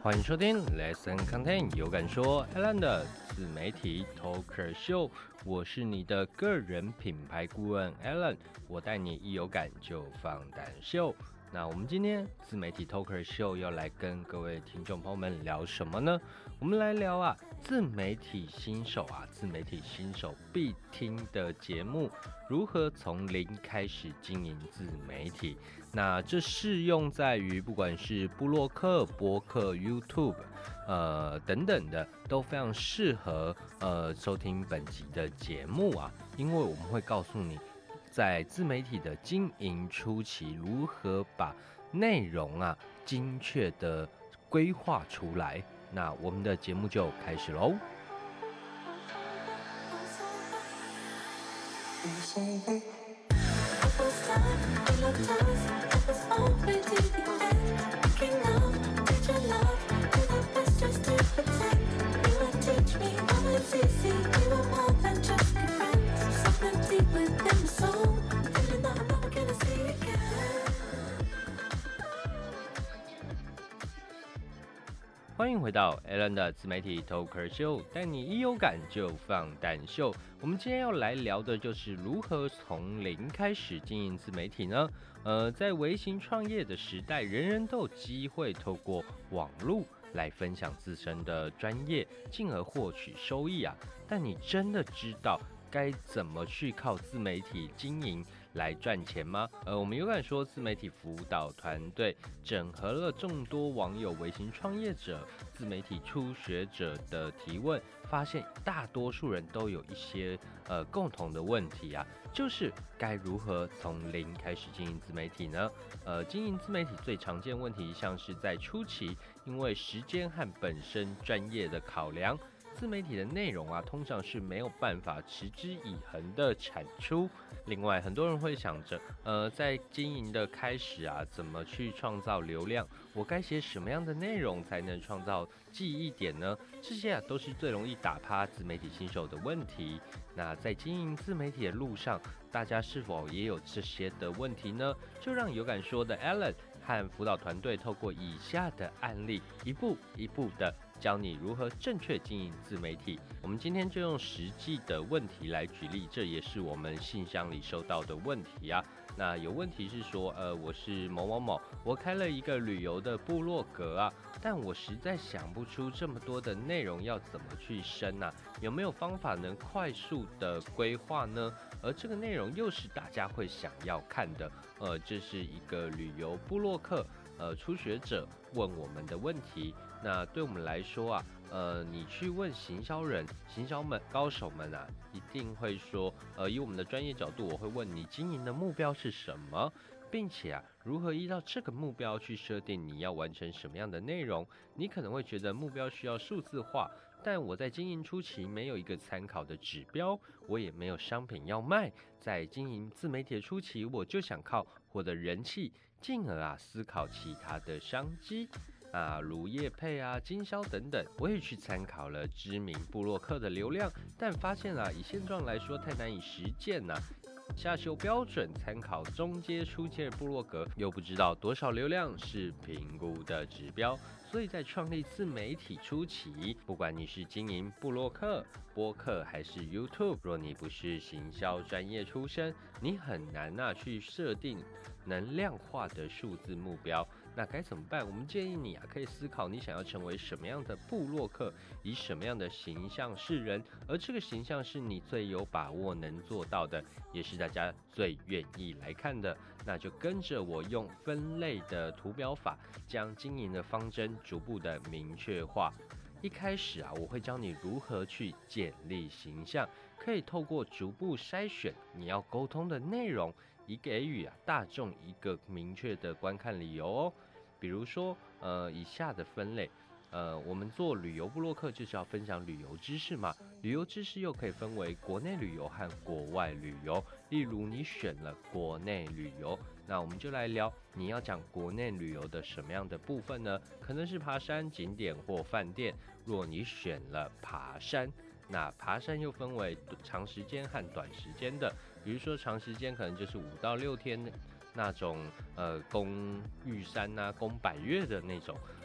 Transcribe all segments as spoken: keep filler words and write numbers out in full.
欢迎收听 Lesson Content 有感说 Alan 的自媒体 Talker Show， 我是你的个人品牌顾问 Alan， 我带你一有感就放胆秀。那我们今天自媒体 Talker Show 要来跟各位听众朋友们聊什么呢？我们来聊啊，自媒体新手啊，自媒体新手必听的节目，如何从零开始经营自媒体。那这适用在于不管是部落客、播客、YouTube， 呃等等的，都非常适合呃收听本集的节目啊，因为我们会告诉你，在自媒体的经营初期，如何把内容啊精确的规划出来。那我们的节目就开始喽。欢迎回到 Alan 的自媒体 Talker Show， 带你一有感就放胆秀。我们今天要来聊的就是如何从零开始经营自媒体呢？呃，在微型创业的时代，人人都有机会透过网络来分享自身的专业，进而获取收益啊。但你真的知道该怎么去靠自媒体经营来赚钱吗？呃，我们有感说自媒体辅导团队整合了众多网友、微型创业者、自媒体初学者的提问，发现大多数人都有一些呃共同的问题啊，就是该如何从零开始经营自媒体呢？呃，经营自媒体最常见问题像是在初期，因为时间和本身专业的考量。自媒体的内容啊，通常是没有办法持之以恒的产出。另外，很多人会想着，呃，在经营的开始啊，怎么去创造流量？我该写什么样的内容才能创造记忆点呢？这些啊，都是最容易打趴自媒体新手的问题。那在经营自媒体的路上，大家是否也有这些的问题呢？就让有感说的 Alan 和辅导团队透过以下的案例，一步一步的教你如何正确经营自媒体。我们今天就用实际的问题来举例，这也是我们信箱里收到的问题啊。那有问题是说，呃，我是某某某，我开了一个旅游的部落格啊，但我实在想不出这么多的内容要怎么去生啊？有没有方法能快速的规划呢？而这个内容又是大家会想要看的，呃，这是一个旅游部落客。呃，初学者问我们的问题，那对我们来说啊，呃，你去问行销人、行销们高手们啊，一定会说，呃，以我们的专业角度，我会问你经营的目标是什么，并且啊，如何依照这个目标去设定你要完成什么样的内容。你可能会觉得目标需要数字化，但我在经营初期没有一个参考的指标，我也没有商品要卖，在经营自媒体的初期，我就想靠获得人气，进而啊思考其他的商机啊，如业配啊、经销等等。我也去参考了知名部落客的流量，但发现啊，以现状来说太难以实践呐、啊。下修标准，参考中阶、初阶的部落格，又不知道多少流量是评估的指标。所以在创立自媒体初期，不管你是经营部落客、播客还是 YouTube， 若你不是行销专业出身，你很难啊去设定能量化的数字目标。那该怎么办？我们建议你啊，可以思考你想要成为什么样的部落客，以什么样的形象示人，而这个形象是你最有把握能做到的，也是大家最愿意来看的。那就跟着我用分类的图表法，将经营的方针逐步的明确化。一开始啊，我会教你如何去建立形象，可以透过逐步筛选你要沟通的内容，以给予啊大众一个明确的观看理由哦。比如说，呃，以下的分类。呃，我们做旅游部落客就是要分享旅游知识嘛，旅游知识又可以分为国内旅游和国外旅游。例如你选了国内旅游，那我们就来聊你要讲国内旅游的什么样的部分呢？可能是爬山、景点或饭店。若你选了爬山，那爬山又分为长时间和短时间的，比如说长时间可能就是五到六天那种呃攻玉山啊、攻百岳的那种。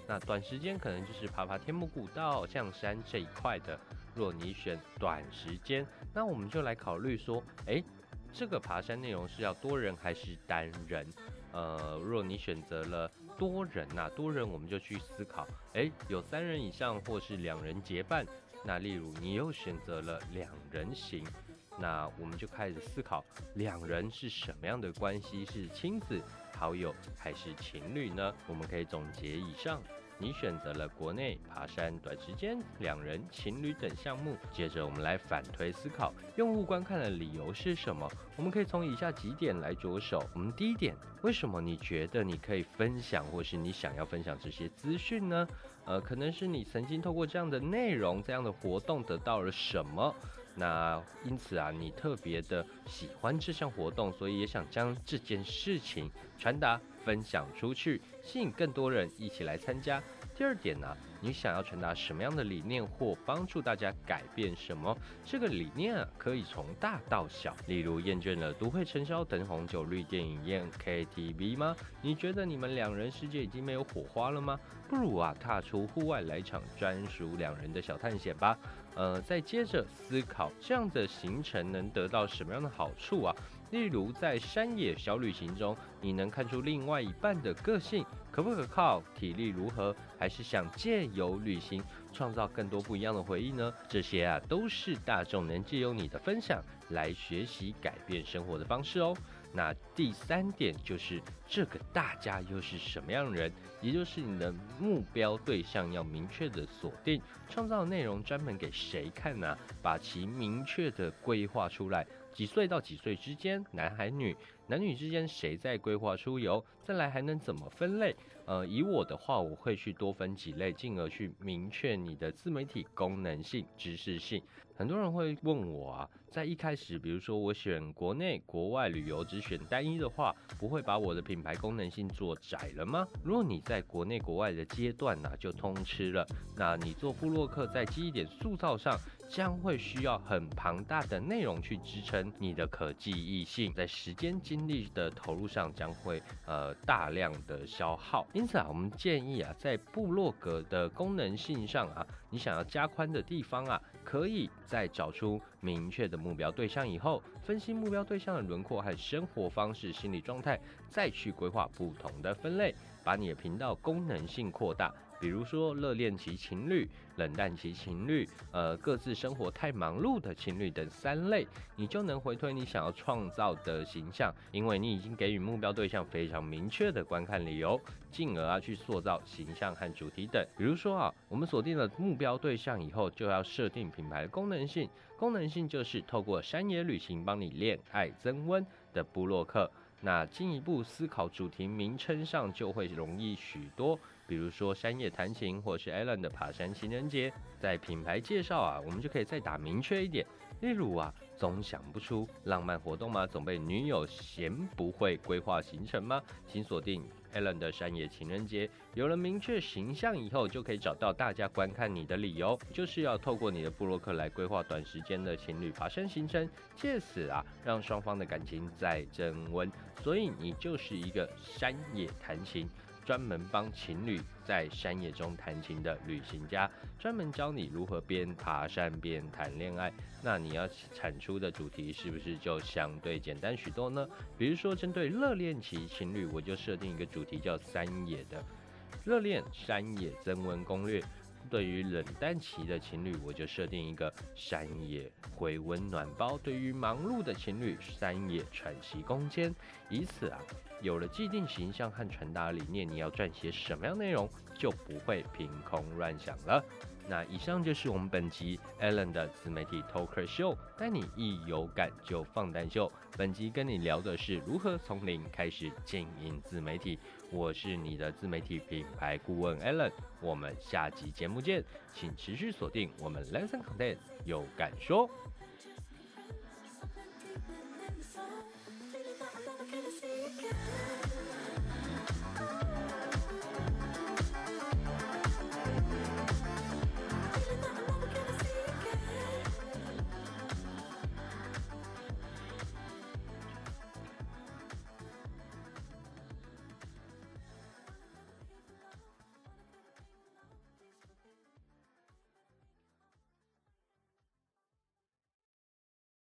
那短时间可能就是爬爬天母古道、象山这一块的。若你选短时间，那我们就来考虑说，哎，这个爬山内容是要多人还是单人？呃，若你选择了多人呐、啊，多人我们就去思考，哎，有三人以上或是两人结伴。那例如你又选择了两人行，那我们就开始思考，两人是什么样的关系？是亲子、好友还是情侣呢？我们可以总结以上。你选择了国内爬山、短时间、两人、情侣等项目。接着我们来反推思考，用户观看的理由是什么？我们可以从以下几点来着手。我们第一点，为什么你觉得你可以分享，或是你想要分享这些资讯呢？呃，可能是你曾经透过这样的内容、这样的活动得到了什么？那因此啊，你特别的喜欢这项活动，所以也想将这件事情传达、分享出去，吸引更多人一起来参加。第二点呢、啊，你想要传达什么样的理念，或帮助大家改变什么？这个理念啊，可以从大到小。例如，厌倦了都会尘嚣等红酒绿电影院 K T V 吗？你觉得你们两人世界已经没有火花了吗？不如啊，踏出户外来场专属两人的小探险吧。呃，再接着思考这样的行程能得到什么样的好处啊？例如在山野小旅行中，你能看出另外一半的个性可不可靠，体力如何，还是想借由旅行创造更多不一样的回忆呢？这些啊，都是大众能借由你的分享来学习改变生活的方式哦。那第三点就是这个大家又是什么样的人，也就是你的目标对象要明确的锁定，创造内容专门给谁看呢、啊？把其明确的规划出来，几岁到几岁之间，男孩女，男女之间谁在规划出游，再来还能怎么分类？呃，以我的话，我会去多分几类，进而去明确你的自媒体功能性、知识性。很多人会问我啊，在一开始，比如说我选国内、国外旅游只选单一的话，不会把我的品牌功能性做窄了吗？如果你在国内、国外的阶段呢、啊、就通吃了，那你做部落客在记忆点塑造上，将会需要很庞大的内容去支撑你的可记忆性，在时间精力的投入上将会呃大量的消耗。因此啊，我们建议啊，在部落格的功能性上啊，你想要加宽的地方啊，可以在找出明确的目标对象以后，分析目标对象的轮廓和生活方式、心理状态，再去规划不同的分类，把你的频道功能性扩大。比如说热恋期情侣、冷淡期情侣、呃各自生活太忙碌的情侣等三类，你就能回推你想要创造的形象，因为你已经给予目标对象非常明确的观看理由，进而啊去塑造形象和主题等。比如说啊，我们锁定了目标对象以后，就要设定品牌的功能性，功能性就是透过山野旅行帮你恋爱增温的部落客。那进一步思考主题名称上就会容易许多，比如说山野弹琴，或是 Alan 的爬山情人节。在品牌介绍啊，我们就可以再打明确一点，例如啊，总想不出浪漫活动吗？总被女友嫌不会规划行程吗？请锁定 Alan 的山野情人节。有了明确形象以后，就可以找到大家观看你的理由，就是要透过你的部落客来规划短时间的情侣爬山行程，借此啊，让双方的感情再增温。所以你就是一个山野弹琴，专门帮情侣在山野中弹琴的旅行家，专门教你如何边爬山边谈恋爱。那你要产出的主题是不是就相对简单许多呢？比如说针对热恋期情侣，我就设定一个主题叫山野的热恋山野增温攻略。对于冷淡期的情侣，我就设定一个山野回温暖包；对于忙碌的情侣，山野喘息空间。以此啊，有了既定形象和传达理念，你要撰写什么样内容，就不会凭空乱想了。那以上就是我们本集 Alan 的自媒体 Talker Show， 带你一有感就放胆秀。本集跟你聊的是如何从零开始经营自媒体。我是你的自媒体品牌顾问 Alan， 我们下集节目见，请持续锁定我们 Lesson Content 有感说。 Feeling like I'm never gonna see again.